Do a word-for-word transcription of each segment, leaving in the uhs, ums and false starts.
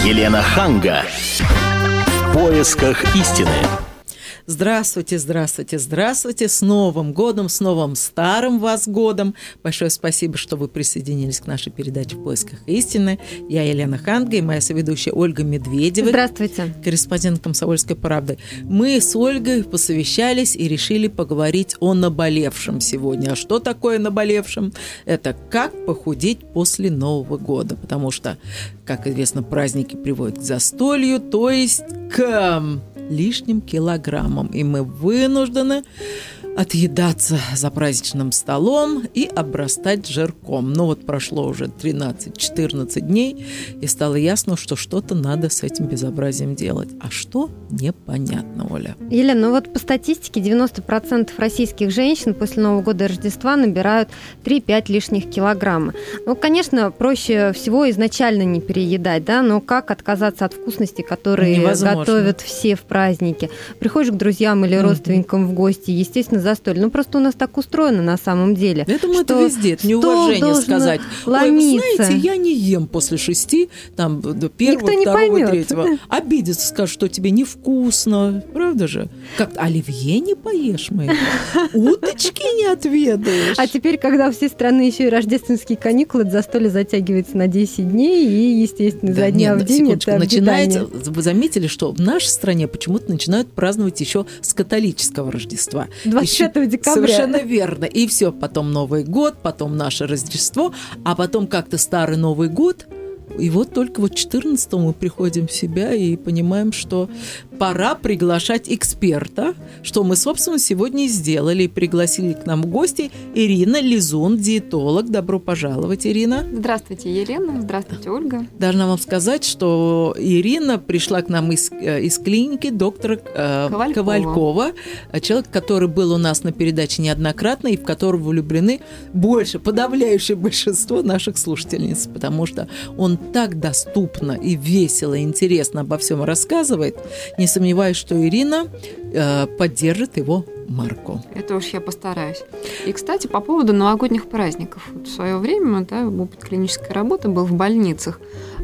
Елена Ханга. В поисках истины. Здравствуйте, здравствуйте, здравствуйте. С Новым годом, с новым старым вас годом. Большое спасибо, что вы присоединились к нашей передаче «В поисках истины». Я Елена Ханга и моя соведущая Ольга Медведева. Здравствуйте. Корреспондент «Комсомольской правды». Мы с Ольгой посовещались и решили поговорить о наболевшем сегодня. А что такое наболевшем? Это как похудеть после Нового года. Потому что, как известно, праздники приводят к застолью, то есть к лишним килограммам. И мы вынуждены отъедаться за праздничным столом и обрастать жирком. Ну вот прошло уже тринадцать-четырнадцать дней, и стало ясно, что что-то надо с этим безобразием делать. А что? Непонятно, Оля. Елена, ну вот по статистике девяносто процентов российских женщин после Нового года и Рождества набирают три-пять лишних килограмма. Ну, конечно, проще всего изначально не переедать, да, но как отказаться от вкусностей, которые невозможно. Готовят все в праздники? Приходишь к друзьям или родственникам mm-hmm. в гости, естественно, застолье. Ну, просто у нас так устроено на самом деле. Я думаю, это везде. Это неуважение сказать. Ломиться. Ой, вы знаете, я не ем после шести, там, до первого, Никто второго, не третьего. Обидится, скажет, что тебе невкусно. Правда же? Как оливье не поешь мы. Уточки не отведаешь. А теперь, когда у всей страны еще и рождественские каникулы, застолье затягивается на десять дней, и, естественно, да, за дня нет, в день это начинается. Вы заметили, что в нашей стране почему-то начинают праздновать еще с католического Рождества. двадцать пятого декабря. Совершенно верно. И все, потом Новый год, потом наше Рождество, а потом как-то старый Новый год. И вот только вот четырнадцатого мы приходим в себя и понимаем, что пора приглашать эксперта, что мы, собственно, сегодня и сделали. И пригласили к нам в гости Ирина Лизун, диетолог. Добро пожаловать, Ирина. Здравствуйте, Елена. Здравствуйте, Ольга. Должна вам сказать, что Ирина пришла к нам из, из клиники доктора э, Ковалькова. Ковалькова. Человек, который был у нас на передаче неоднократно и в которого влюблены больше, подавляющее большинство наших слушательниц, потому что он так доступно и весело, и интересно обо всем рассказывает. Не сомневаюсь, что Ирина э, поддержит его марку. Это уж я постараюсь. И, кстати, по поводу новогодних праздников. Вот в свое время, да, опыт клинической работы был в больницах.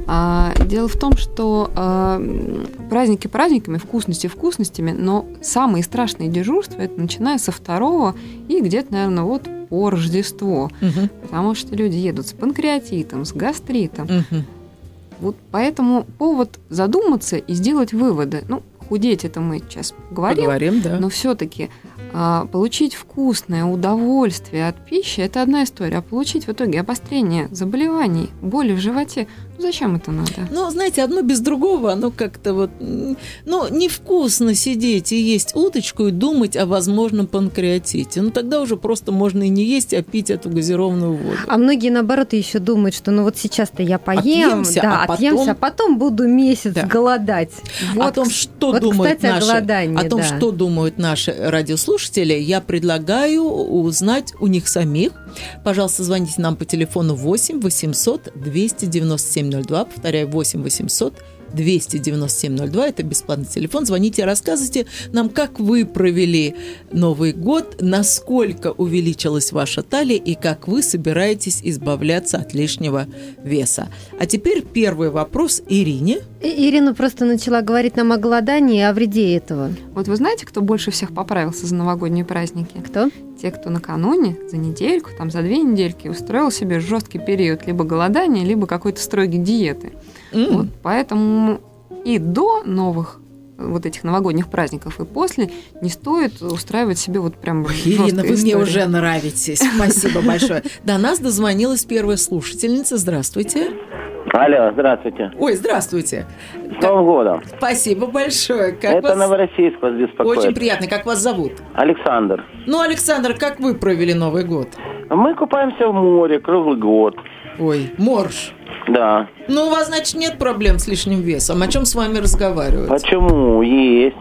А, дело в том, что а, праздники праздниками, вкусности вкусностями, но самые страшные дежурства, это начиная со второго и где-то, наверное, вот по Рождеству. Угу. Потому что люди едут с панкреатитом, с гастритом. Угу. Вот поэтому повод задуматься и сделать выводы. Ну, худеть это мы сейчас поговорим, поговорим да. но все-таки а, получить вкусное удовольствие от пищи – это одна история, а получить в итоге обострение заболеваний, боли в животе – ну, зачем это надо? Ну, знаете, одно без другого, оно как-то вот… Ну, невкусно сидеть и есть уточку и думать о возможном панкреатите. Ну, тогда уже просто можно и не есть, а пить эту газированную воду. А многие, наоборот, еще думают, что ну вот сейчас-то я поем, отъемся, да, а отъемся, потом... а потом буду месяц да. голодать. Вот, о том, что вот, думают кстати, наши, о голодании, о том, да. что думают наши радиослушатели, я предлагаю узнать у них самих. Пожалуйста, звоните нам по телефону восемь восемьсот двести девяносто семь ноль два, повторяю, восемь восемьсот двести девяносто семь ноль два, это бесплатный телефон. Звоните, рассказывайте нам, как вы провели Новый год, насколько увеличилась ваша талия и как вы собираетесь избавляться от лишнего веса. А теперь первый вопрос Ирине. Ирина просто начала говорить нам о голодании и о вреде этого. Вот вы знаете, кто больше всех поправился за новогодние праздники? Кто? Те, кто накануне, за недельку, там, за две недельки устроил себе жесткий период либо голодания, либо какой-то строгой диеты. Mm. Вот, поэтому и до новых вот этих новогодних праздников, и после не стоит устраивать себе вот прям жесткую Ирина, вы историю. мне уже нравитесь. Спасибо большое. До нас дозвонилась первая слушательница. Здравствуйте. Алло, здравствуйте. Ой, здравствуйте. С Новым годом. Спасибо большое. Как Это вас... Новороссийск вас беспокоит. Очень приятно. Как вас зовут? Александр. Ну, Александр, как вы провели Новый год? Мы купаемся в море круглый год. Ой, морж. Да. Ну, у вас, значит, нет проблем с лишним весом. О чем с вами разговаривать? Почему? Есть.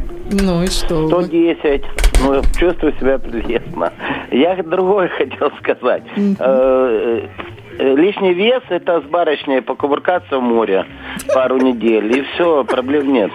Ну и что? сто десять. Ну, чувствую себя прелестно. Я другое хотел сказать. Mm-hmm. Лишний вес – это с барышней покувыркаться в море пару недель, и все, проблем нет.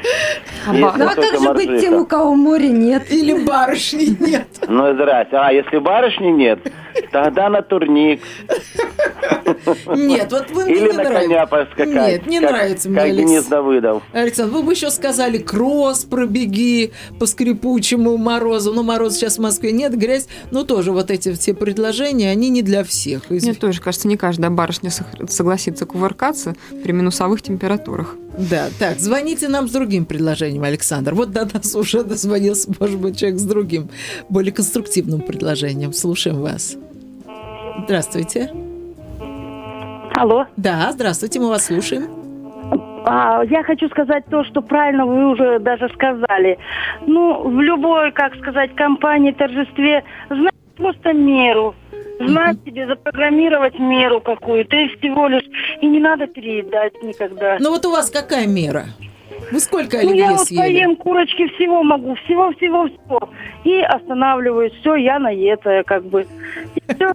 А, ну, а как же быть тем, у кого моря нет? Или барышни нет? Ну, здрасте. А, если барышни нет, тогда на турник. Нет, вот вы мне Или не на нравитесь. коня поскакать. Нет, не как, нравится мне, Как Алекс. Денис Давыдов. Александр, вы бы еще сказали кросс пробеги по скрипучему морозу. Ну, мороза сейчас в Москве нет, грязь. Но тоже вот эти все предложения, они не для всех. Мне тоже кажется, не каждая барышня согласится кувыркаться при минусовых температурах. Да, так, звоните нам с другим предложением, Александр. Вот до нас уже дозвонился, может быть, человек с другим, более конструктивным предложением. Слушаем вас. Здравствуйте. Алло. Да, здравствуйте, мы вас слушаем. А, я хочу сказать то, что правильно вы уже даже сказали. Ну, в любой, как сказать, компании, торжестве, знать просто меру. Знать себе, запрограммировать меру какую-то, и всего лишь. И не надо переедать никогда. Ну вот у вас какая мера? Вы сколько Ну, оливье я вот съели? поем курочки, всего могу, всего-всего-всего. И останавливаюсь, все, я наетая, как бы. И все.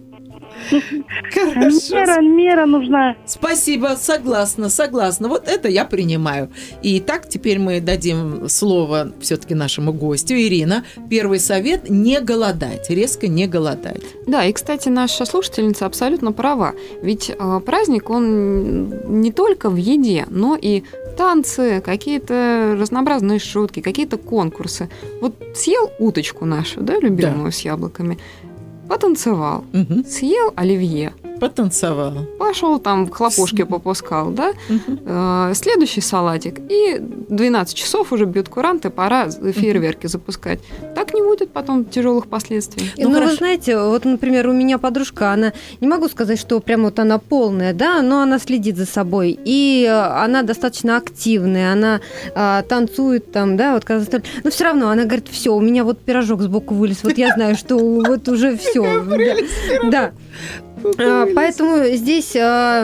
Хорошо. Мера, мера нужна. Спасибо, согласна, согласна. Вот это я принимаю. И так теперь мы дадим слово все-таки нашему гостю. Ирина, первый совет – не голодать, резко не голодать. Да, и, кстати, наша слушательница абсолютно права. Ведь э, праздник, он не только в еде, но и танцы, какие-то разнообразные шутки, какие-то конкурсы. Вот съел уточку нашу, да, любимую, да, с яблоками, потанцевал, угу, съел оливье, потанцевал, пошел там хлопушки попускал, да, угу, э, следующий салатик, и двенадцать часов уже бьют куранты, пора фейерверки, угу, запускать. Так не будет потом тяжелых последствий. Ну, ну вы знаете, вот, например, у меня подружка, она, не могу сказать, что прям вот она полная, да, но она следит за собой, и она достаточно активная, она а, танцует там, да, вот когда... Но все равно она говорит, все, у меня вот пирожок сбоку вылез, вот я знаю, что вот уже все. Да. Поэтому здесь,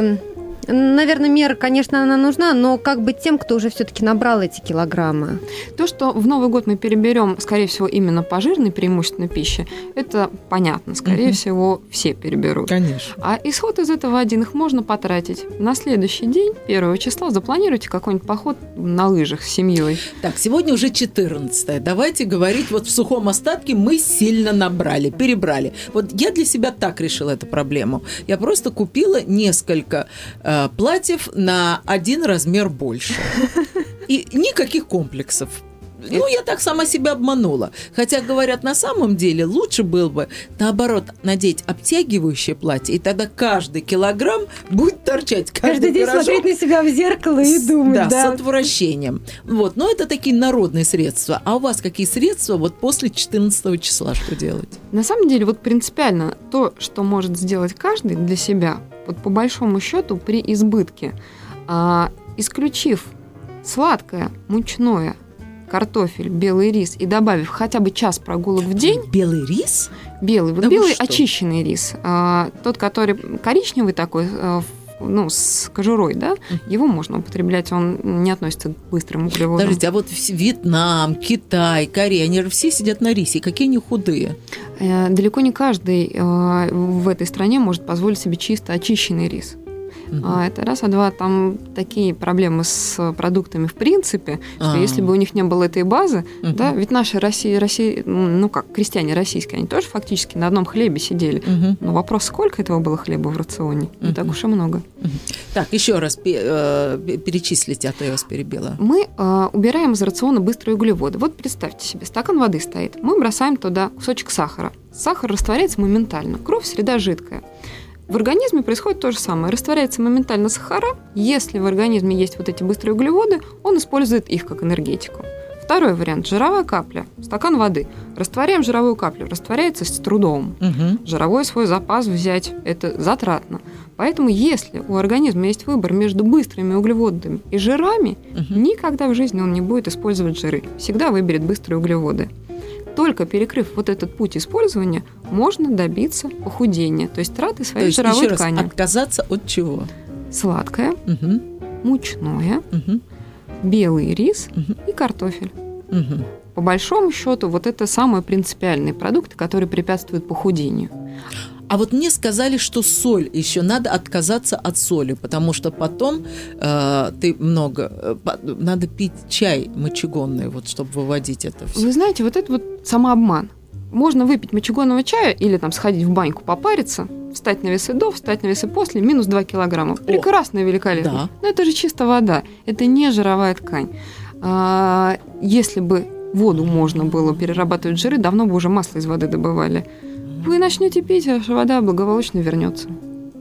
наверное, мера, конечно, она нужна, но как бы тем, кто уже все-таки набрал эти килограммы. То, что в Новый год мы переберем, скорее всего, именно по жирной преимущественно пище, это понятно. Скорее угу. всего, все переберут. Конечно. А исход из этого один, их можно потратить. На следующий день, первого числа, запланируйте какой-нибудь поход на лыжах с семьей. Так, сегодня уже четырнадцатое. Давайте говорить, вот в сухом остатке мы сильно набрали, перебрали. Вот я для себя так решила эту проблему. Я просто купила несколько э, платьев на один размер больше. И никаких комплексов. Ну, я так сама себя обманула. Хотя, говорят, на самом деле лучше было бы, наоборот, надеть обтягивающее платье, и тогда каждый килограмм будет торчать. Каждый, каждый день пирожок, смотреть на себя в зеркало и думать. Да, да, с отвращением. Вот. Но это такие народные средства. А у вас какие средства вот после четырнадцатого числа что делать? На самом деле, вот принципиально то, что может сделать каждый для себя, вот по большому счету при избытке, а, исключив сладкое, мучное, картофель, белый рис и добавив хотя бы час прогулок в день. Белый рис? Белый. Вот да белый очищенный рис. А, тот, который коричневый такой, а, ну, с кожурой, да, mm. его можно употреблять, он не относится к быстрым углеводам. Подождите, а вот Вьетнам, Китай, Корея, они же все сидят на рисе. Какие они худые? Далеко не каждый а, в этой стране может позволить себе чисто очищенный рис. Uh-huh. А, это раз, а два, там такие проблемы с продуктами в принципе, что uh-huh. если бы у них не было этой базы, uh-huh. да, ведь наши России, России, ну как, крестьяне российские, они тоже фактически на одном хлебе сидели. Uh-huh. Но вопрос, сколько этого было хлеба в рационе? Uh-huh. Не так уж и много. Uh-huh. Так, еще раз перечислите, а то я вас перебила. Мы э, убираем из рациона быстрые углеводы. Вот представьте себе, стакан воды стоит, мы бросаем туда кусочек сахара. Сахар растворяется моментально, кровь – среда жидкая. В организме происходит то же самое. Растворяется моментально сахара. Если в организме есть вот эти быстрые углеводы, он использует их как энергетику. Второй вариант – жировая капля. Стакан воды. Растворяем жировую каплю. Растворяется с трудом. Угу. Жировой свой запас взять – это затратно. Поэтому если у организма есть выбор между быстрыми углеводами и жирами, угу. никогда в жизни он не будет использовать жиры. Всегда выберет быстрые углеводы. Только перекрыв вот этот путь использования, можно добиться похудения, то есть траты своей то есть, жировой еще ткани. Раз, отказаться от чего? Сладкое, угу. мучное, угу. белый рис угу. и картофель. Угу. По большому счету, вот это самые принципиальные продукты, которые препятствуют похудению. А вот мне сказали, что соль еще надо отказаться от соли, потому что потом э, ты много э, надо пить чай мочегонный, вот чтобы выводить это все. Вы знаете, вот это вот самообман. Можно выпить мочегонного чая или там сходить в баньку попариться, встать на весы до, встать на весы после, минус два килограмма. Прекрасно и великолепно. Да. Но это же чисто вода, это не жировая ткань. А, если бы воду можно было перерабатывать в жиры, давно бы уже масло из воды добывали. Вы начнете пить, ваша вода благополучно вернется.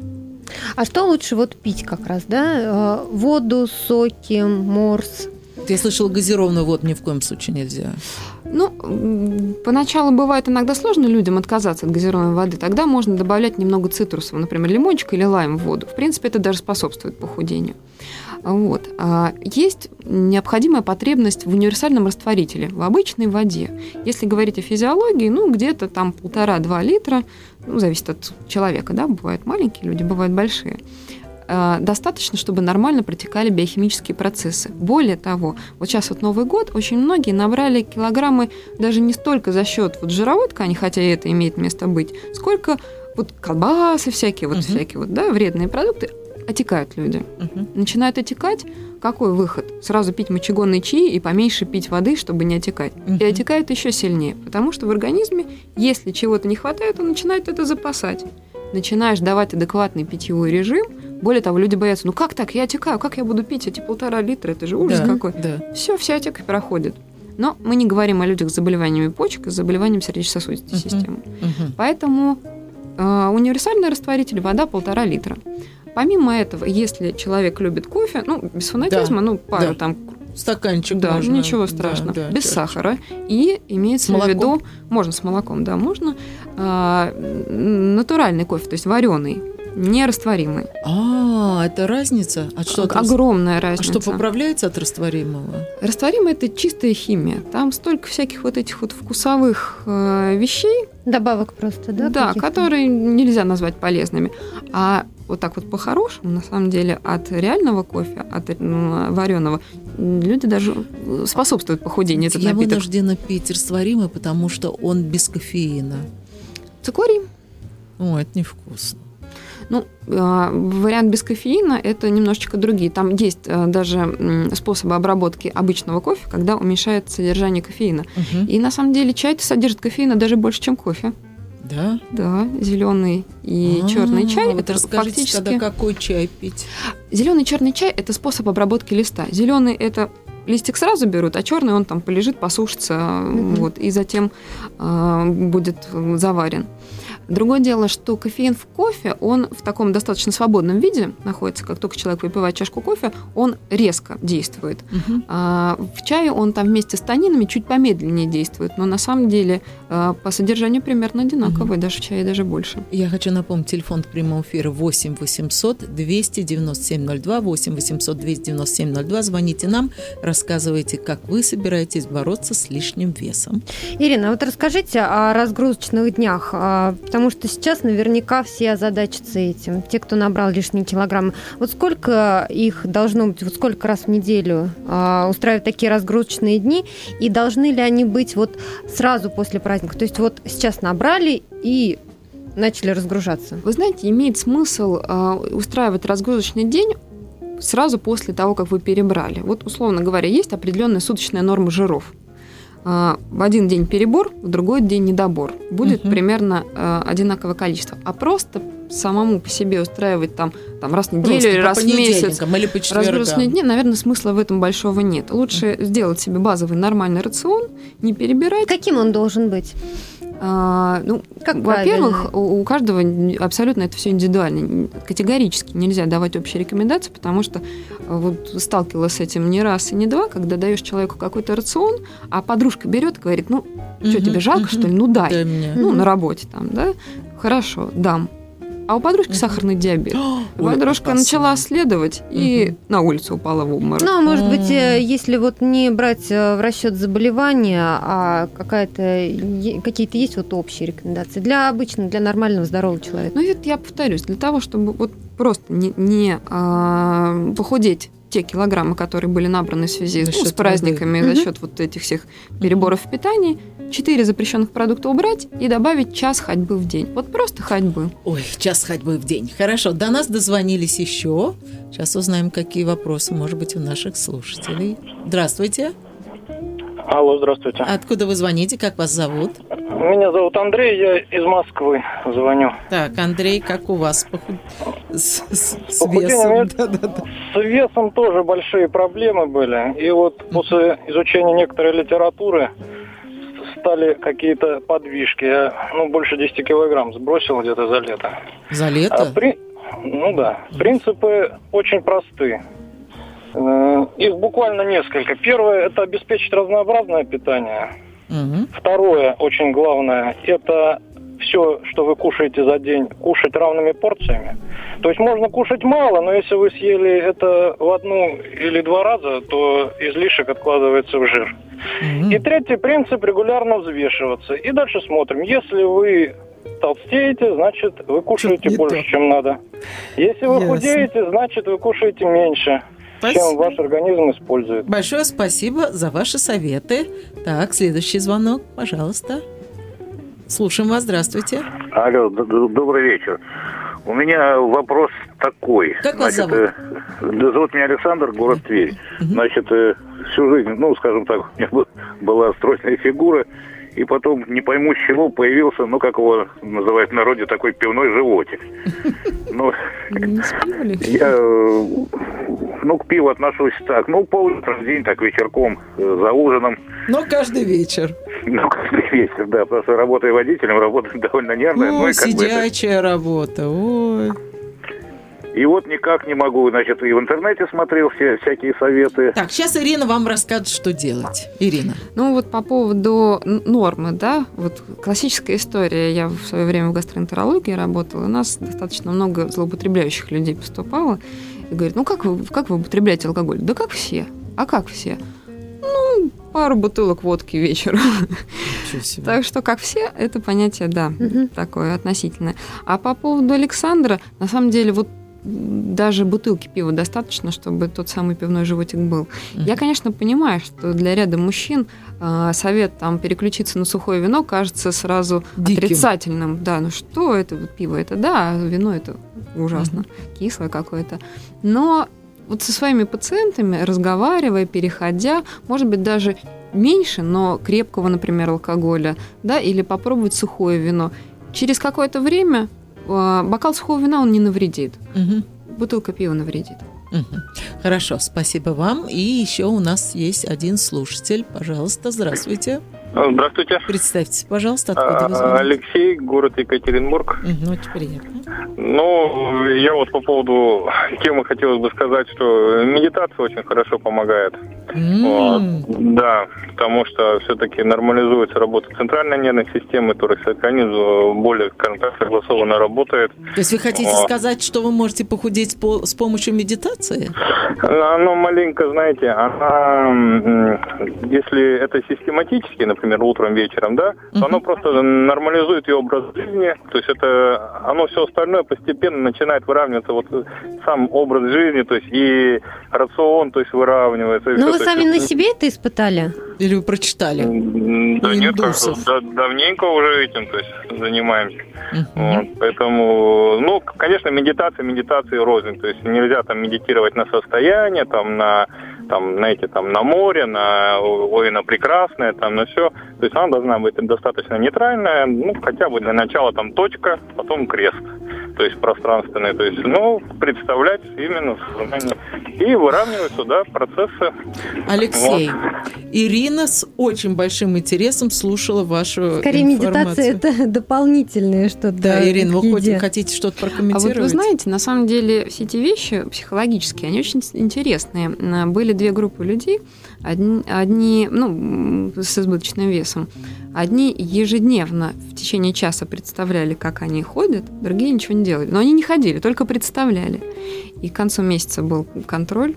А что лучше вот пить как раз, да? Воду, соки, морс? Я слышала, газированную воду ни в коем случае нельзя. Ну, поначалу бывает иногда сложно людям отказаться от газированной воды. Тогда можно добавлять немного цитрусового, например, лимончик или лайм в воду. В принципе, это даже способствует похудению. Вот. Есть необходимая потребность в универсальном растворителе, в обычной воде. Если говорить о физиологии, ну, где-то там полтора-два литра, ну, зависит от человека, да, бывают маленькие люди, бывают большие. Достаточно, чтобы нормально протекали биохимические процессы. Более того, вот сейчас вот Новый год, очень многие набрали килограммы даже не столько за счет вот жировой ткани, хотя и это имеет место быть, сколько вот колбасы всякие, вот uh-huh. всякие вот, да, вредные продукты, отекают люди. Uh-huh. Начинают отекать. Какой выход? Сразу пить мочегонный чай и поменьше пить воды, чтобы не отекать. Uh-huh. И отекает еще сильнее, потому что в организме, если чего-то не хватает, он начинает это запасать. Начинаешь давать адекватный питьевой режим. Более того, люди боятся, ну как так, я отекаю, как я буду пить эти полтора литра, это же ужас да, какой. Да. Все, вся отека проходит. Но мы не говорим о людях с заболеваниями почек, с заболеванием сердечно-сосудистой uh-huh. системы. Uh-huh. Поэтому э, универсальный растворитель, вода полтора литра. Помимо этого, если человек любит кофе, ну, без фанатизма, да, ну, пару да. там... Стаканчик да, можно. Ничего страшного. Да, да, без чашечка. Сахара. И имеется в виду... Можно с молоком, да, можно. Э, натуральный кофе, то есть вареный, нерастворимый. А, это разница? А что Огромная разница. А что поправляется от растворимого? Растворимый – это чистая химия. Там столько всяких вот этих вот вкусовых э, вещей. Добавок просто, да? Да, каких-то? которые нельзя назвать полезными. А вот так вот по-хорошему, на самом деле, от реального кофе, от ну, вареного, люди даже способствуют похудению. Этот Я напиток. вынуждена пить растворимый, потому что он без кофеина. Цикорий. О, это невкусно. Ну, вариант без кофеина – это немножечко другие. Там есть даже способы обработки обычного кофе, когда уменьшается содержание кофеина. Угу. И на самом деле чай содержит кофеина даже больше, чем кофе. Да? Да, зеленый и А-а-а, черный чай. Вот это расскажите, фактически... тогда какой чай пить? Зеленый и черный чай – это способ обработки листа. Зеленый – это листик сразу берут, а черный он там полежит, посушится, mm-hmm. вот, и затем э, будет заварен. Другое дело, что кофеин в кофе, он в таком достаточно свободном виде находится, как только человек выпивает чашку кофе, он резко действует. Uh-huh. А в чае он там вместе с танинами чуть помедленнее действует, но на самом деле по содержанию примерно одинаковый, uh-huh. даже в чае даже больше. Я хочу напомнить, телефон прямого эфира восемь восемьсот двести девяносто семь ноль два, восемь восемьсот двести девяносто семь ноль два. Звоните нам, рассказывайте, как вы собираетесь бороться с лишним весом. Ирина, вот расскажите о разгрузочных днях, потому что сейчас наверняка все озадачатся этим, те, кто набрал лишние килограммы. Вот сколько их должно быть, вот сколько раз в неделю а, устраивать такие разгрузочные дни, и должны ли они быть вот сразу после праздника? То есть вот сейчас набрали и начали разгружаться. Вы знаете, имеет смысл а, устраивать разгрузочный день сразу после того, как вы перебрали. Вот, условно говоря, есть определенная суточная норма жиров. В один день перебор, в другой день недобор. Будет uh-huh. примерно э, одинаковое количество. А просто самому по себе устраивать там, там раз в неделю просто или раз в месяц или по разгрузочные дни, наверное, смысла в этом большого нет. Лучше uh-huh. сделать себе базовый нормальный рацион, не перебирать. Каким он должен быть? А, ну, как во-первых, у, у каждого абсолютно это все индивидуально. Категорически нельзя давать общие рекомендации, потому что вот сталкивалась с этим не раз и не два, когда даешь человеку какой-то рацион, а подружка берет и говорит, ну, угу, что, тебе жалко, угу. что ли? Ну, дай. дай мне. Ну, угу. на работе там, да? Хорошо, дам. А у подружки угу. сахарный диабет. Ой, подружка опасно. Начала следовать и угу. на улицу упала в обморок. Ну, может быть, если вот не брать в расчет заболевания, а какая-то, какие-то есть вот общие рекомендации для обычного, для нормального здорового человека? Ну, это я повторюсь, для того, чтобы вот просто не, не а, похудеть те килограммы, которые были набраны в связи ну, с праздниками, воды. За счет угу. вот этих всех переборов в питании, четыре запрещенных продукта убрать и добавить час ходьбы в день. Вот просто ходьбы. Ой, час ходьбы в день. Хорошо, до нас дозвонились еще. Сейчас узнаем, какие вопросы, может быть, у наших слушателей. Здравствуйте. Алло, здравствуйте. Откуда вы звоните? Как вас зовут? Меня зовут Андрей, я из Москвы звоню. Так, Андрей, как у вас похуд... с, с, с Похудением весом? это- Да, да, да. С весом тоже большие проблемы были. И вот после изучения некоторой литературы стали какие-то подвижки. Я, ну, больше десять килограмм сбросил где-то за лето. За А лето? при- Ну да. Принципы очень просты. Э, Их буквально несколько. Первое – это обеспечить разнообразное питание. Мгм. Второе, очень главное, это все, что вы кушаете за день, кушать равными порциями. То есть можно кушать мало, но если вы съели это в одну или два раза, то излишек откладывается в жир. Мгм. И третий принцип – регулярно взвешиваться. И дальше смотрим. Если вы толстеете, значит, вы кушаете не больше, то. чем надо. Если вы Ясно. худеете, значит, вы кушаете меньше, чем Спасибо. ваш организм использует. Большое спасибо за ваши советы. Так, следующий звонок, пожалуйста. Слушаем вас, здравствуйте. Алло, д- д- добрый вечер. У меня вопрос такой. Как вас Значит, зовут? э, зовут меня Александр, город Тверь. Значит, э, всю жизнь, ну, скажем так, у меня был- была стройная фигура, и потом, не пойму с чего, появился, ну, как его называют в народе, такой пивной животик. Ну, Не спивали? я, э, ну, к пиву отношусь так, ну, пол-литра в день, так, вечерком, э, за ужином. Но каждый вечер. Ну, каждый вечер, да, потому что работая водителем, работа довольно нервная. ну, Ой, и как бы это- сидячая работа. Ой. И вот никак не могу, значит, и в интернете смотрел все всякие советы. Так, сейчас Ирина вам расскажет, что делать. Ирина. Ну вот по поводу н- нормы, да, вот классическая история. Я в свое время в гастроэнтерологии работала, у нас достаточно много злоупотребляющих людей поступало. И говорит, ну как вы, как вы употребляете алкоголь? Да как все. А как все? Ну, пару бутылок водки вечером. Ничего себе. Так что, как все, это понятие, да, Мгм. такое относительное. А по поводу Александра, на самом деле, вот даже бутылки пива достаточно, чтобы тот самый пивной животик был. Я, конечно, понимаю, что для ряда мужчин э, совет там переключиться на сухое вино кажется сразу Диким. отрицательным. Да, ну что это вот пиво? Это да, а вино это ужасно, кислое какое-то. Но вот со своими пациентами, разговаривая, переходя, может быть, даже меньше, но крепкого, например, алкоголя, да, или попробовать сухое вино. Через какое-то время э, бокал сухого вина он не навредит. Мгм. Бутылка пива навредит. Мгм. Хорошо, спасибо вам. И еще у нас есть один слушатель. Пожалуйста, здравствуйте. Здравствуйте. Представьтесь, пожалуйста, откуда вы звоните. Алексей, город Екатеринбург. Мгм, очень приятно. Ну, я вот по поводу темы хотелось бы сказать, что медитация очень хорошо помогает. Вот. М, Да, потому что все-таки нормализуется работа центральной нервной системы, то есть организм более, скажем так, согласованно работает. То есть вы хотите Вот. сказать, что вы можете похудеть с по- с помощью медитации? Оно маленько, знаете, она, м, если это систематически, например, утром, вечером, да, то оно просто нормализует ее образ жизни, то есть это, оно все остальное постепенно начинает выравниваться, вот сам образ жизни, то есть и рацион, то есть выравнивается. и Но всё, вы то сами есть, на себе это испытали? Или вы прочитали? М, Да У нет, как, индусов. да- давненько уже этим, то есть занимаемся. Мгм. Вот, поэтому, ну, конечно, медитация, медитация рознь. То есть нельзя там медитировать на состояние, там на, там, знаете, там на море, на ой, на прекрасное, там на все. То есть она должна быть достаточно нейтральная, ну, хотя бы для начала там точка, потом крест. То есть пространственный. То есть, ну, представлять именно в сознании. И выравниваются, да, процессы. Алексей, Ирина с очень большим интересом слушала вашу Скорее, информацию. медитация – это дополнительное что-то. Да, Ирина, вы к хоть- еде. хотите что-то А вот прокомментировать? вы знаете, на самом деле все эти вещи психологические, они очень с- интересные. М, Были две группы людей, одни, одни, ну, м, с избыточным весом. Одни ежедневно в течение часа представляли, как они ходят, другие ничего не делали. Но они не ходили, только представляли. И к концу месяца был контроль.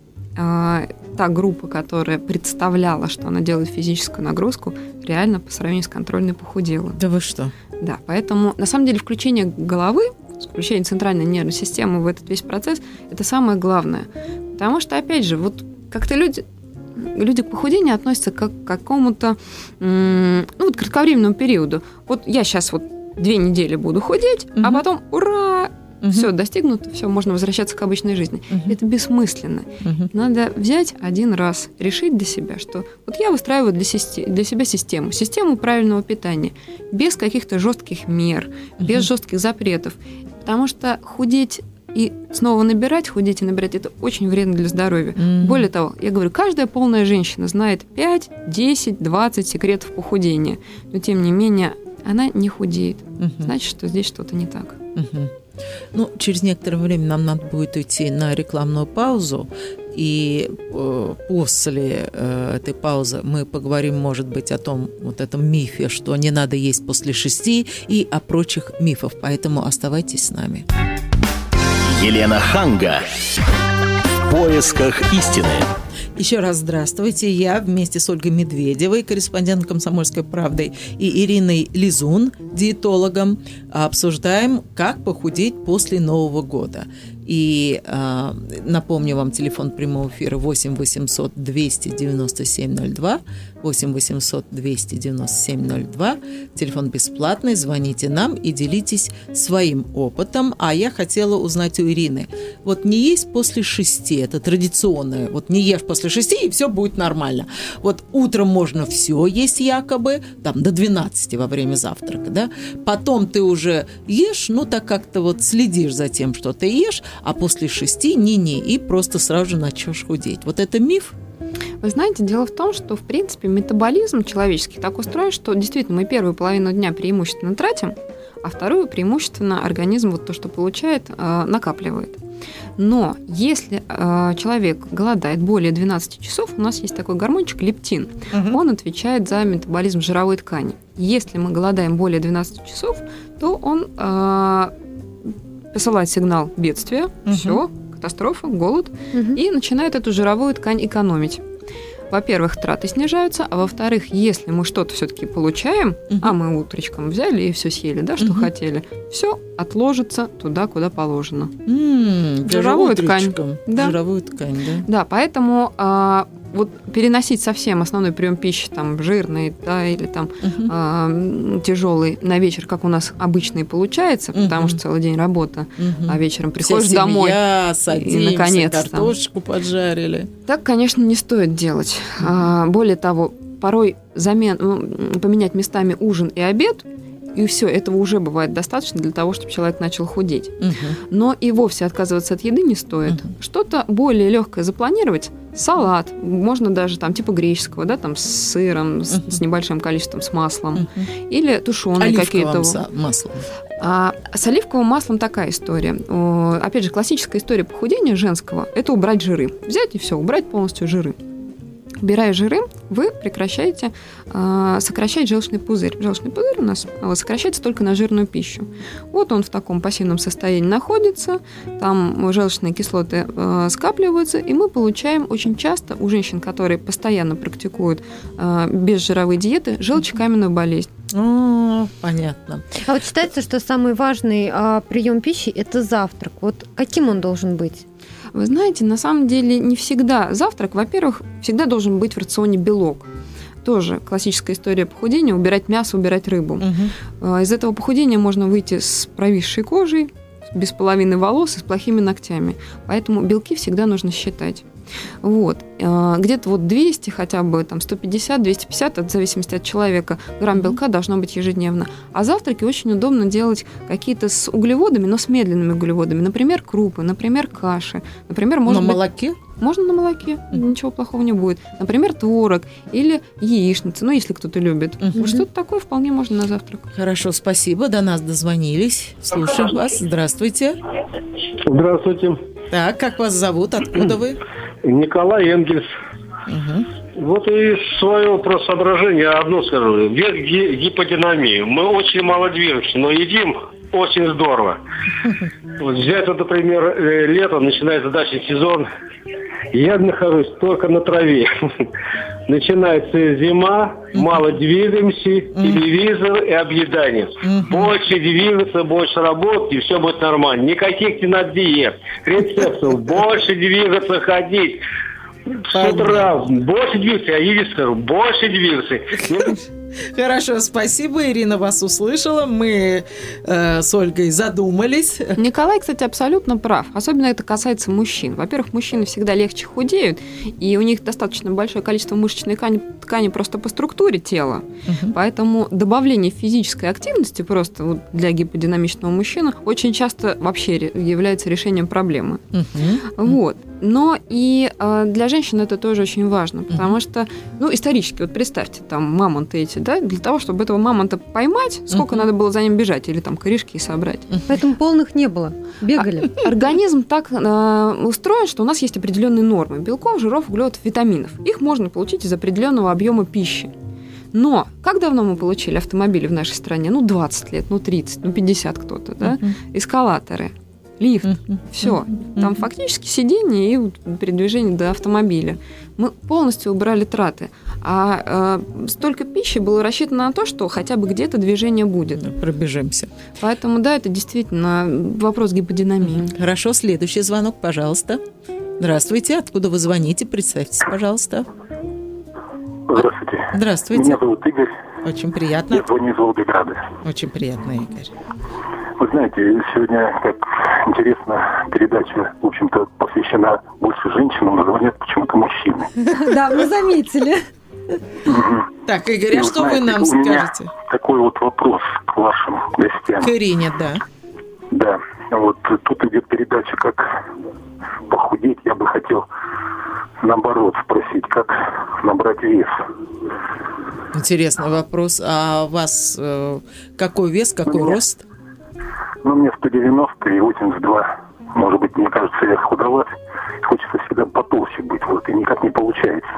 А, Та группа, которая представляла, что она делает физическую нагрузку, реально по сравнению с контрольной похудела. Да вы что? Да, поэтому на самом деле включение головы, включение центральной нервной системы в этот весь процесс – это самое главное. Потому что, опять же, вот как-то люди, люди к похудению относятся как к какому-то м, ну, вот кратковременному периоду. Вот я сейчас вот две недели буду худеть, а Мгм. потом ура! угу. все достигнуто, все, можно возвращаться к обычной жизни. Угу. Это бессмысленно. Угу. Надо взять один раз, решить для себя, что вот я выстраиваю для, систем, для себя систему, систему правильного питания, без каких-то жестких мер, угу. без жестких запретов. Потому что худеть и снова набирать, худеть и набирать, это очень вредно для здоровья. Mm-hmm. Более того, я говорю, каждая полная женщина знает пять, десять, двадцать секретов похудения. Но, тем не менее, она не худеет. Mm-hmm. Значит, что здесь что-то не так. Mm-hmm. Ну, через некоторое время нам надо будет уйти на рекламную паузу. И э, после э, этой паузы мы поговорим, может быть, о том вот этом мифе, что не надо есть после шести, и о прочих мифах. Поэтому оставайтесь с нами. Елена Ханга. В поисках истины. Еще раз здравствуйте. Я вместе с Ольгой Медведевой, корреспондентом «Комсомольской правды», и Ириной Лизун, диетологом, обсуждаем, как похудеть после Нового года. И э, напомню вам телефон прямого эфира восемь восемьсот двести девяносто семь ноль два, восемь восемьсот двести девяносто семь ноль два. Телефон бесплатный, звоните нам и делитесь своим опытом. А я хотела узнать у Ирины, вот не есть после шести, это традиционное, вот не ешь после шести, и все будет нормально. Вот утром можно все есть якобы, там до двенадцати во время завтрака, да? Потом ты уже ешь, ну так как-то вот следишь за тем, что ты ешь, а после шести не-не, и просто сразу же начнешь худеть. Вот это миф? Вы знаете, дело в том, что, в принципе, метаболизм человеческий так устроен, что действительно мы первую половину дня преимущественно тратим, а вторую преимущественно организм вот то, что получает, накапливает. Но если э, человек голодает более двенадцати часов, у нас есть такой гормончик лептин. Угу. Он отвечает за метаболизм жировой ткани. Если мы голодаем более двенадцати часов, то он э, посылает сигнал бедствия, угу. все, катастрофа, голод, угу. и начинает эту жировую ткань экономить. Во-первых, траты снижаются, а во-вторых, если мы что-то все-таки получаем, uh-huh. а мы утречком взяли и все съели, да, что uh-huh. хотели, все отложится туда, куда положено. Mm, жировую ткань. Да. Жировую ткань, да. Да, поэтому а, вот переносить совсем основной прием пищи, там, жирный, да, или там uh-huh. а, тяжелый на вечер, как у нас обычно и получается, uh-huh. потому что целый день работа, uh-huh. а вечером приходишь Вся домой семья, садимся, и, наконец, картошку там, поджарили. Так, конечно, не стоит делать. А, более того, порой замен, поменять местами ужин и обед, и все, этого уже бывает достаточно для того, чтобы человек начал худеть. Uh-huh. Но и вовсе отказываться от еды не стоит. Uh-huh. Что-то более легкое запланировать. Салат, можно даже там типа греческого, да, там с сыром, uh-huh. с, с небольшим количеством, с маслом. Uh-huh. Или тушеные какие-то. Маслом. А с оливковым маслом такая история. О, опять же, классическая история похудения женского – это убрать жиры. Взять и все, убрать полностью жиры. Убирая жиры, вы прекращаете э, сокращать желчный пузырь. Желчный пузырь у нас сокращается только на жирную пищу. Вот он в таком пассивном состоянии находится, там желчные кислоты э, скапливаются, и мы получаем очень часто у женщин, которые постоянно практикуют э, безжировые диеты, желчекаменную болезнь. О, понятно. А вот считается, что самый важный а, прием пищи – это завтрак. Вот каким он должен быть? Вы знаете, на самом деле не всегда. Завтрак, во-первых, всегда должен быть в рационе белок. Тоже классическая история похудения – убирать мясо, убирать рыбу. Угу. Из этого похудения можно выйти с провисшей кожей, без половины волос и с плохими ногтями. Поэтому белки всегда нужно считать. Вот. Где-то вот двести, хотя бы там сто пятьдесят - двести пятьдесят, в зависимости от человека, грамм белка должно быть ежедневно. А завтраки очень удобно делать какие-то с углеводами, но с медленными углеводами. Например, крупы, например, каши. Например, может на быть, молоке? Можно на молоке, uh-huh. ничего плохого не будет. Например, творог или яичница, ну, если кто-то любит. Uh-huh. Вот что-то такое вполне можно на завтрак. Хорошо, спасибо. До нас дозвонились. Слушаем вас. Здравствуйте. Здравствуйте. Так, как вас зовут? Откуда вы? Николай Энгельс. Угу. Вот и свое просто соображение одно скажу. Век гиподинамии. Мы очень мало движемся, но едим очень здорово. Вот взять, вот, например, лето, начинается дачный сезон. Я нахожусь только на траве. Начинается зима, мало двигаемся, телевизор и объедание. Больше двигаться, больше работать, и все будет нормально. Никаких не надо диет, рецептов. Больше двигаться, ходить. С утра больше двигаться, я единственное скажу, больше двигаться. Хорошо, спасибо. Ирина вас услышала. Мы э, с Ольгой задумались. Николай, кстати, абсолютно прав. Особенно это касается мужчин. Во-первых, мужчины всегда легче худеют, и у них достаточно большое количество мышечной ткани, ткани просто по структуре тела. Угу. Поэтому добавление физической активности просто вот для гиподинамичного мужчины очень часто вообще является решением проблемы. Угу. Вот. Но и э, для женщин это тоже очень важно, потому uh-huh. что, ну, исторически, вот представьте, там, мамонты эти, да, для того, чтобы этого мамонта поймать, сколько uh-huh. надо было за ним бежать или там корешки собрать. Uh-huh. Поэтому полных не было, бегали. А, организм так э, устроен, что у нас есть определенные нормы белков, жиров, углеводов, витаминов. Их можно получить из определенного объема пищи. Но как давно мы получили автомобили в нашей стране? Ну, двадцать лет, ну, тридцать, ну, пятьдесят кто-то, да? Uh-huh. Эскалаторы. Лифт, mm-hmm. все. Mm-hmm. Там фактически сиденье и передвижение до автомобиля. Мы полностью убрали траты. А э, столько пищи было рассчитано на то, что хотя бы где-то движение будет. Да, пробежимся. Поэтому, да, это действительно вопрос гиподинамии. Mm-hmm. Хорошо, следующий звонок, пожалуйста. Здравствуйте, откуда вы звоните? Представьтесь, пожалуйста. Здравствуйте. Здравствуйте. Меня зовут Игорь. Очень приятно. Я звоню из Волгограда. Очень приятно, Игорь. Вы знаете, сегодня, как интересно, передача, в общем-то, посвящена больше женщинам, но звонят почему-то мужчины. Да, мы заметили. Так, Игорь, а что вы нам скажете? Такой вот вопрос к вашим гостям. К Ирине, да. Да, вот тут идет передача «Как похудеть». Я бы хотел, наоборот, спросить, как набрать вес. Интересный вопрос. А у вас э, какой вес, какой Мне... рост? Ну, мне сто девяносто и восемьдесят два. Может быть, мне кажется, я худоват. Хочется всегда потолще быть, вот, и никак не получается.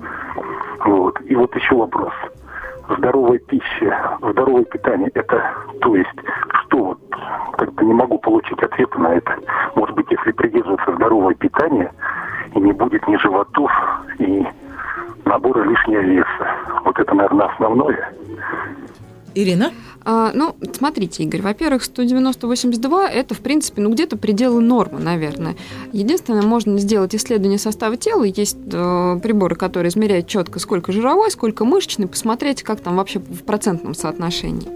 Вот. И вот еще вопрос. Здоровая пища, здоровое питание, это, то есть, что вот, как-то не могу получить ответа на это. Может быть, если придерживаться здорового питания, и не будет ни животов, и набора лишнего веса. Вот это, наверное, основное. Ирина? А, ну, смотрите, Игорь, во-первых, сто девяносто восемьдесят два – это, в принципе, ну, где-то пределы нормы, наверное. Единственное, можно сделать исследование состава тела. Есть э, приборы, которые измеряют четко, сколько жировой, сколько мышечный, посмотреть, как там вообще в процентном соотношении.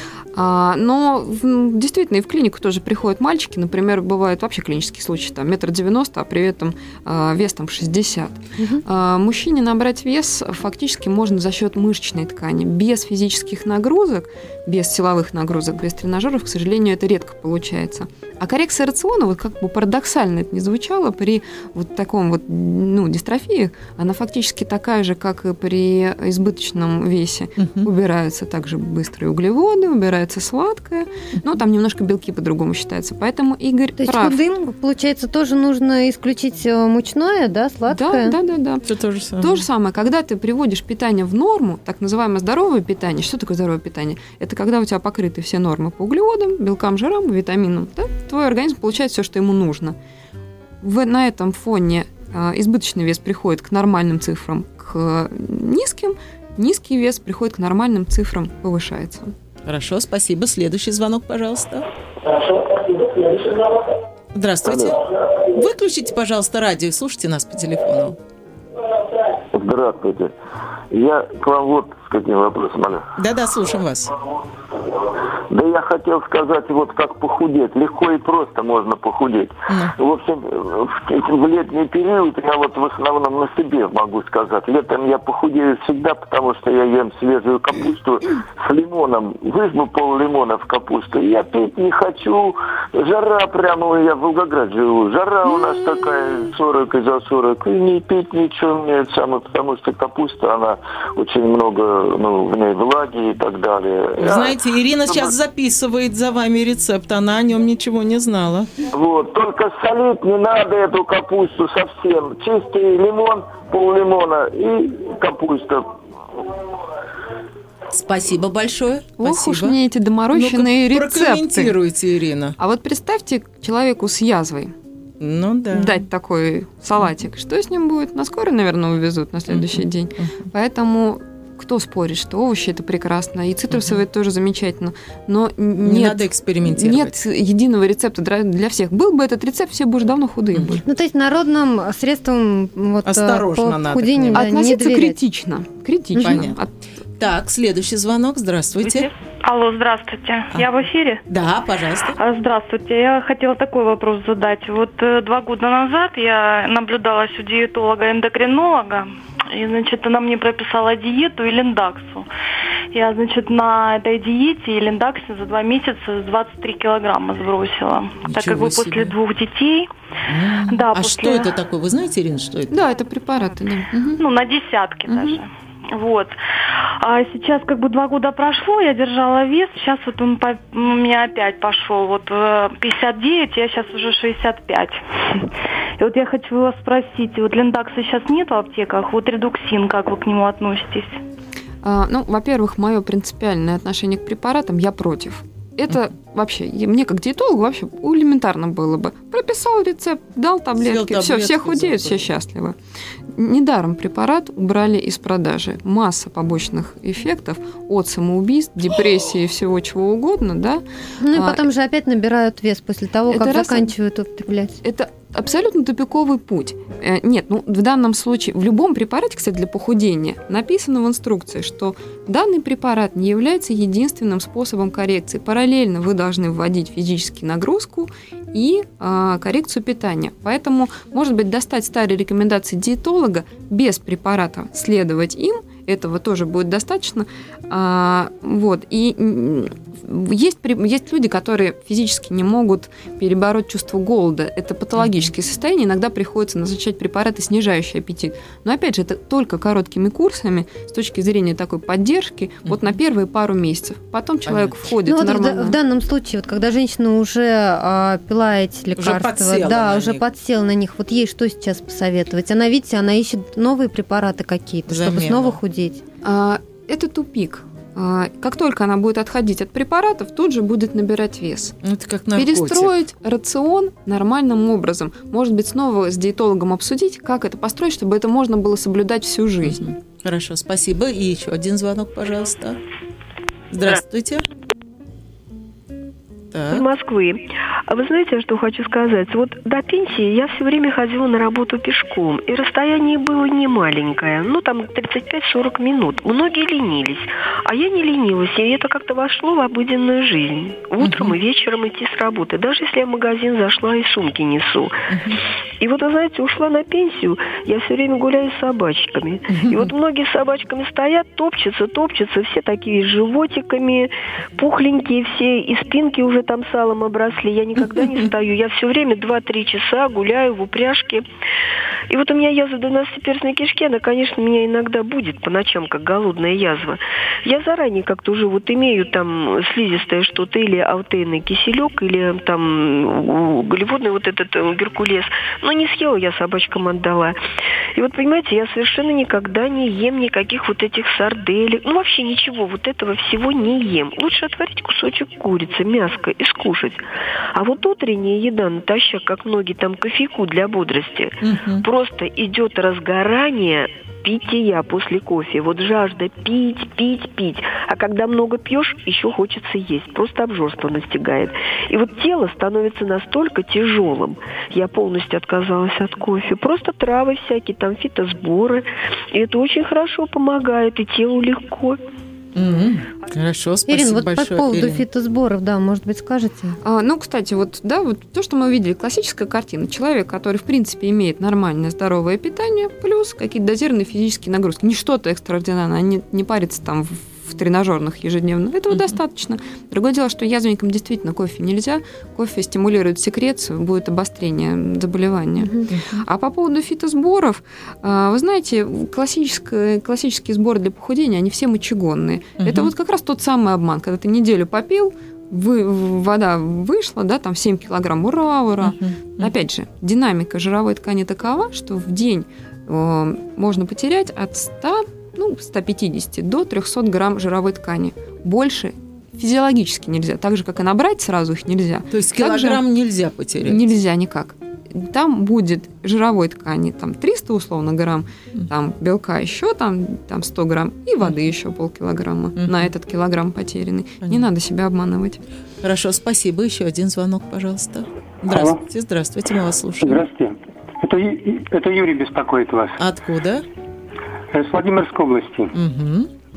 А, но в, действительно и в клинику тоже приходят мальчики, например, бывают вообще клинические случаи, там, метр девяносто, а при этом а, вес там шестьдесят. Угу. А, мужчине набрать вес фактически можно за счет мышечной ткани. Без физических нагрузок, без силовых нагрузок, без тренажеров, к сожалению, это редко получается. А коррекция рациона, вот как бы парадоксально это ни звучало, при вот таком вот, ну, дистрофии, она фактически такая же, как и при избыточном весе. Угу. Убираются также быстрые углеводы, убираются сладкое, но там немножко белки по-другому считаются. Поэтому Игорь То прав. есть худым, получается, тоже нужно исключить мучное, да, сладкое? Да, да, да, да. Это то же самое. То же самое. Когда ты приводишь питание в норму, так называемое здоровое питание. Что такое здоровое питание? Это когда у тебя покрыты все нормы по углеводам, белкам, жирам, витаминам. Да? Твой организм получает все, что ему нужно. В, на этом фоне э, избыточный вес приходит к нормальным цифрам, к низким. Низкий вес приходит к нормальным цифрам, повышается. Хорошо, спасибо. Следующий звонок, пожалуйста. Хорошо, спасибо. Следующий звонок. Здравствуйте. Алло. Выключите, пожалуйста, радио и слушайте нас по телефону. Здравствуйте. Я к вам вот с каким вопросом. Алло. Да-да, слушаем вас. Да я хотел сказать, вот как похудеть. Легко и просто можно похудеть. Mm. В общем, в, в летний период я вот в основном на себе могу сказать. Летом я похудею всегда, потому что я ем свежую капусту с лимоном. Выжму пол лимона в капусту. Я пить не хочу. Жара прямо, я в Волгограде живу. Жара у нас такая сорок и за сорок. И не пить ничего мне самое, потому что капуста, она очень много, ну, в ней влаги и так далее. Знаете, Ирина сейчас записывает за вами рецепт, она о нем ничего не знала. Вот, только солить не надо эту капусту совсем. Чистый лимон, пол лимона и капуста. Спасибо большое. Ох Спасибо. уж мне эти доморощенные Ну-ка, рецепты. Прокомментируйте, Ирина. А вот представьте человеку с язвой. Ну да. Дать такой салатик. Что с ним будет? На скорой, наверное, увезут на следующий uh-huh. день. Uh-huh. Поэтому кто спорит, что овощи – это прекрасно, и цитрусовые uh-huh. тоже замечательно. Но нет, не надо экспериментировать. Нет единого рецепта для всех. Был бы этот рецепт, все бы уже давно худые были. Ну, то есть народным средствам вот, осторожно по надо худению, да, относиться критично. Критично. Понятно. От... Так, следующий звонок. Здравствуйте. Алло, здравствуйте. А. Я в эфире? Да, пожалуйста. Здравствуйте. Я хотела такой вопрос задать. Вот э, два года назад я наблюдалась у диетолога-эндокринолога, и, значит, она мне прописала диету и линдаксу. Я, значит, на этой диете и линдаксе за два месяца двадцать три килограмма сбросила. Ничего так как бы себе. После двух детей... А, да, а после... что это такое? Вы знаете, Ирина, что это? Да, это препараты, да. Угу. Ну, на десятки угу. даже. Вот. А сейчас как бы два года прошло, я держала вес, сейчас вот он по, у меня опять пошел вот пятьдесят девять, я сейчас уже шестьдесят пять. И вот я хочу вас спросить, вот линдакса сейчас нет в аптеках, вот редуксин, как вы к нему относитесь? А, ну, во-первых, мое принципиальное отношение к препаратам, я против. Это вообще, мне как диетологу вообще элементарно было бы. Прописал рецепт, дал таблетки, все, все худеют, все счастливы. Недаром препарат убрали из продажи. Масса побочных эффектов от самоубийств, депрессии и всего чего угодно, да. Ну и потом а, же опять набирают вес после того, как раз заканчивают употреблять. Это абсолютно тупиковый путь. Нет, ну в данном случае, в любом препарате, кстати, для похудения, написано в инструкции, что данный препарат не является единственным способом коррекции. Параллельно вы должны вводить физическую нагрузку и а, коррекцию питания. Поэтому, может быть, достать старые рекомендации диетолога без препарата, следовать им, этого тоже будет достаточно. А, вот. И есть, есть люди, которые физически не могут перебороть чувство голода. Это патологические состояния. Иногда приходится назначать препараты, снижающие аппетит. Но, опять же, это только короткими курсами с точки зрения такой поддержки mm-hmm. вот на первые пару месяцев. Потом человек Понятно. входит ну, нормально. Вот в, в данном случае, вот, когда женщина уже а, пила эти лекарства, уже подсела да, на уже них. подсела на них, вот ей что сейчас посоветовать? Она, видите, она ищет новые препараты какие-то, Замену. чтобы снова худеть. Это тупик. Как только она будет отходить от препаратов, тут же будет набирать вес. Это как наркотик. Перестроить рацион нормальным образом. Может быть, снова с диетологом обсудить, как это построить, чтобы это можно было соблюдать всю жизнь. Хорошо, спасибо. И еще один звонок, пожалуйста. Здравствуйте. Из Москвы. А вы знаете, что хочу сказать? Вот до пенсии я все время ходила на работу пешком, и расстояние было не маленькое, ну там тридцать пять сорок минут. Многие ленились, а я не ленилась, и это как-то вошло в обыденную жизнь. Утром uh-huh. и вечером идти с работы, даже если я в магазин зашла и сумки несу. Uh-huh. И вот, вы знаете, ушла на пенсию, я все время гуляю с собачками. Uh-huh. И вот многие с собачками стоят, топчутся, топчутся, все такие с животиками, пухленькие все, и спинки уже там салом обросли. Я никогда не стою. Я все время два-три часа гуляю в упряжке. И вот у меня язва двенадцатиперстной кишки, она, конечно, меня иногда будет по ночам, как голодная язва. Я заранее как-то уже вот имею там слизистое что-то, или аутейный киселек, или там углеводный вот этот геркулес. Но не съела, я собачкам отдала. И вот, понимаете, я совершенно никогда не ем никаких вот этих сарделек. Ну, вообще ничего, вот этого всего не ем. Лучше отварить кусочек курицы, мяско и скушать. А вот утренняя еда натощак, как многие там кофейку для бодрости, угу. просто идет разгорание питья после кофе. Вот жажда пить, пить, пить. А когда много пьешь, еще хочется есть. Просто обжорство настигает. И вот тело становится настолько тяжелым. Я полностью отказалась от кофе. Просто травы всякие, там фитосборы. И это очень хорошо помогает. И телу легко. Mm-hmm. Хорошо, спасибо Ирина, вот большое. по поводу Ирина. фитосборов, да, может быть, скажете? А, ну, кстати, вот, да, вот то, что мы увидели, классическая картина. Человек, который, в принципе, имеет нормальное здоровое питание, плюс какие-то дозированные физические нагрузки. Не что-то экстраординарное, не, не парится там в, в тренажерных ежедневно. Этого mm-hmm. достаточно. Другое дело, что язвенникам действительно кофе нельзя. Кофе стимулирует секрецию, будет обострение заболевания. Mm-hmm. А по поводу фитосборов, вы знаете, классические, классические сборы для похудения, они все мочегонные. Mm-hmm. Это вот как раз тот самый обман, когда ты неделю попил, вы, вода вышла, да, там семь килограмм, ура, ура. Uh-huh. Uh-huh. Опять же, динамика жировой ткани такова, что в день э, можно потерять от ста, ну, ста пятидесяти до трехсот грамм жировой ткани. Больше физиологически нельзя, так же, как и набрать сразу их нельзя. То есть килограмм Также нельзя потерять? Нельзя никак. Там будет жировой ткани там триста условно грамм, mm-hmm. там белка еще там, там сто грамм и воды mm-hmm. еще полкилограмма mm-hmm. на этот килограмм потерянный. Понятно. Не надо себя обманывать. Хорошо, спасибо. Еще один звонок, пожалуйста. Здравствуйте, Алло. здравствуйте, мы вас слушаем. Здравствуйте. Это, это Юрий беспокоит вас. Откуда? С Владимирской области. Угу.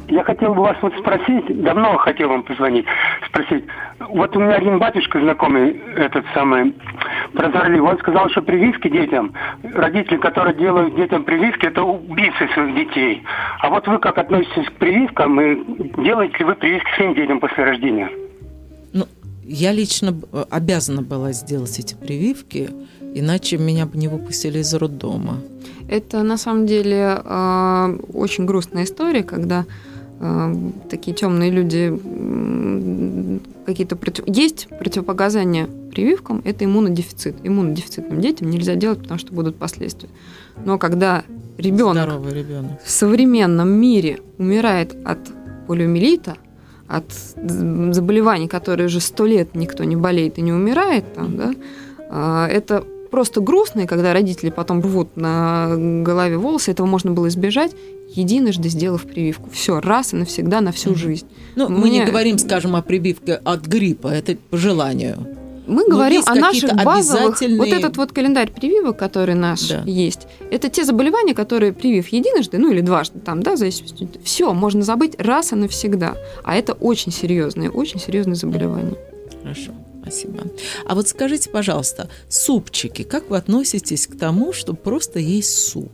Я хотел бы вас вот спросить, давно хотел вам позвонить, спросить. Вот у меня один батюшка знакомый, этот самый, прозорливый, он сказал, что прививки детям, родители, которые делают детям прививки, это убийцы своих детей. А вот вы как относитесь к прививкам и делаете ли вы прививки своим детям после рождения? Ну, я лично обязана была сделать эти прививки, иначе меня бы не выпустили из роддома. Это на самом деле э, очень грустная история, когда э, такие темные люди э, какие-то против... есть противопоказания прививкам, это иммунодефицит. Иммунодефицитным детям нельзя делать, потому что будут последствия. Но когда ребенок, здоровый ребенок в современном мире умирает от полиомиелита, от заболеваний, которые уже сто лет никто не болеет и не умирает, там, да, э, это просто грустно, и когда родители потом рвут на голове волосы, этого можно было избежать, единожды сделав прививку. Все, раз и навсегда, на всю жизнь. Ну, мы Мне... не говорим, скажем, о прививке от гриппа, это по желанию. Мы Но говорим о наших базовых... Обязательные... Вот этот вот календарь прививок, который наш да. есть, это те заболевания, которые, привив единожды, ну или дважды, там, да, в зависимости, все, можно забыть раз и навсегда. А это очень серьезные, очень серьезные заболевания. Хорошо. Спасибо. А вот скажите, пожалуйста, супчики, как вы относитесь к тому, чтобы просто есть суп?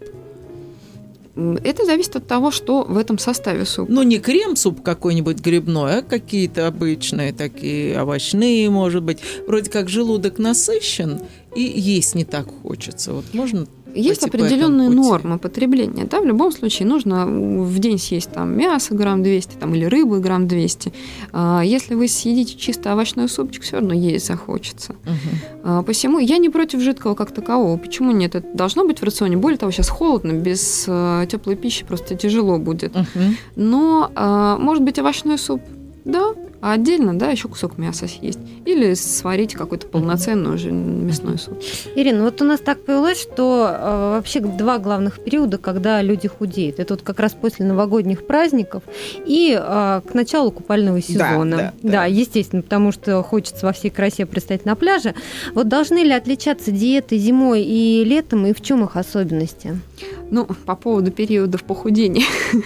Это зависит от того, что в этом составе супа. Ну, не крем-суп какой-нибудь грибной, а какие-то обычные такие овощные, может быть. Вроде как желудок насыщен, и есть не так хочется. Вот можно... Есть определенные нормы потребления. Да? В любом случае нужно в день съесть там, мясо грамм двести там, или рыбы грамм двести. А, если вы съедите чисто овощной супчик, все равно есть захочется. Угу. А, посему я не против жидкого как такового. Почему нет? Это должно быть в рационе. Более того, сейчас холодно, без а, теплой пищи просто тяжело будет. Угу. Но а, может быть овощной суп, да, а отдельно, да, еще кусок мяса съесть. Или сварить какой-то полноценный уже мясной суп. Ирина, вот у нас так повелось, что э, вообще два главных периода, когда люди худеют. Это вот как раз после новогодних праздников и э, к началу купального сезона. Да, да, да, естественно, потому что хочется во всей красе предстать на пляже. Вот должны ли отличаться диеты зимой и летом, и в чем их особенности? Ну, по поводу периодов похудения,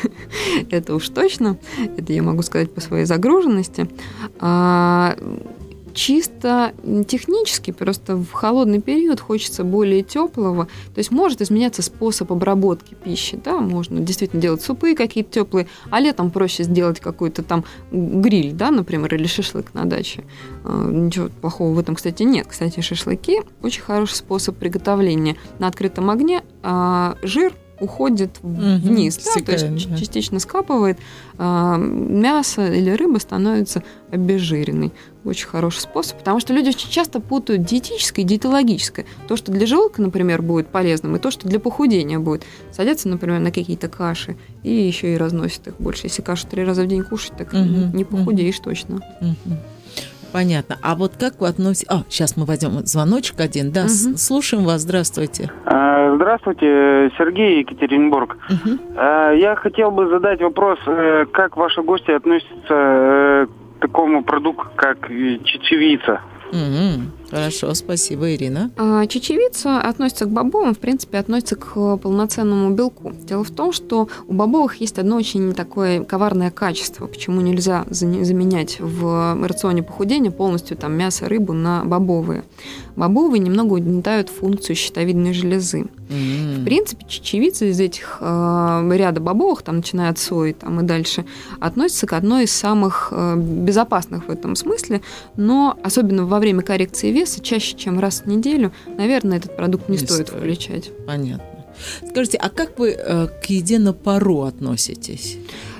это уж точно, это я могу сказать по своей загруженности. А, чисто технически, просто в холодный период хочется более теплого, то есть может изменяться способ обработки пищи, да, можно действительно делать супы какие-то теплые, а летом проще сделать какой-то там гриль, да, например, или шашлык на даче. А, ничего плохого в этом, кстати, нет. Кстати, шашлыки очень хороший способ приготовления на открытом огне. А, жир уходит вниз, угу, да, то есть да. частично скапывает, а, мясо или рыба становится обезжиренной. Очень хороший способ, потому что люди очень часто путают диетическое и диетологическое. То, что для желудка, например, будет полезным, и то, что для похудения будет. Садятся, например, на какие-то каши и еще и разносят их больше. Если кашу три раза в день кушать, так угу, не похудеешь угу. точно. Угу. Понятно. А вот как вы относитесь... А, сейчас мы возьмем звоночек один. Да, угу. слушаем вас. Здравствуйте. Здравствуйте, Сергей, Екатеринбург. Угу. Я хотел бы задать вопрос, как ваши гости относятся к такому продукту, как чечевица? Угу. Хорошо, спасибо, Ирина. Чечевица относится к бобовым, в принципе, относится к полноценному белку. Дело в том, что у бобовых есть одно очень такое коварное качество, почему нельзя заменять в рационе похудения полностью там, мясо, рыбу на бобовые. Бобовые немного угнетают функцию щитовидной железы. Mm-hmm. В принципе, чечевица из этих э, ряда бобовых, там, начиная от сои там, и дальше, относится к одной из самых э, безопасных в этом смысле, но особенно во время коррекции веса, чаще, чем раз в неделю, наверное, этот продукт не, не стоит, стоит включать. Понятно. Скажите, а как вы э, к еде на пару относитесь?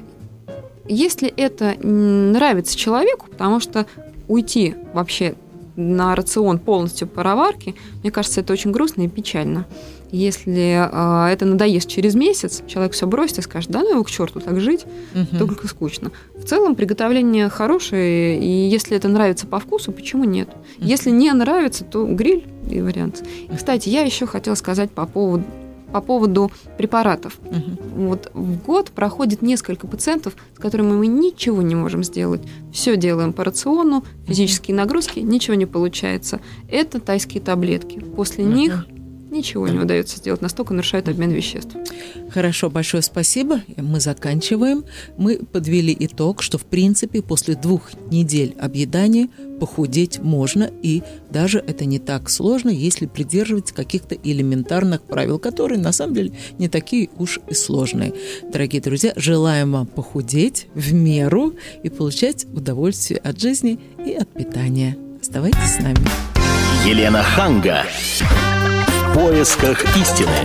Если это нравится человеку, потому что уйти вообще на рацион полностью пароварки, мне кажется, это очень грустно и печально. Если э, это надоест через месяц, человек все бросит и скажет, да ну его к черту так жить, угу. только скучно. В целом приготовление хорошее, и если это нравится по вкусу, почему нет? Угу. Если не нравится, то гриль и вариант. И, кстати, я еще хотела сказать по поводу по поводу препаратов. Угу. Вот в год проходит несколько пациентов, с которыми мы ничего не можем сделать. Все делаем по рациону, физические нагрузки, ничего не получается. Это тайские таблетки. После угу. них ничего не удается сделать, настолько нарушают обмен веществ. Хорошо, большое спасибо. Мы заканчиваем. Мы подвели итог, что в принципе после двух недель объедания похудеть можно, и даже это не так сложно, если придерживаться каких-то элементарных правил, которые на самом деле не такие уж и сложные. Дорогие друзья, желаем вам похудеть в меру и получать удовольствие от жизни и от питания. Оставайтесь с нами. Елена Ханга. В поисках истины.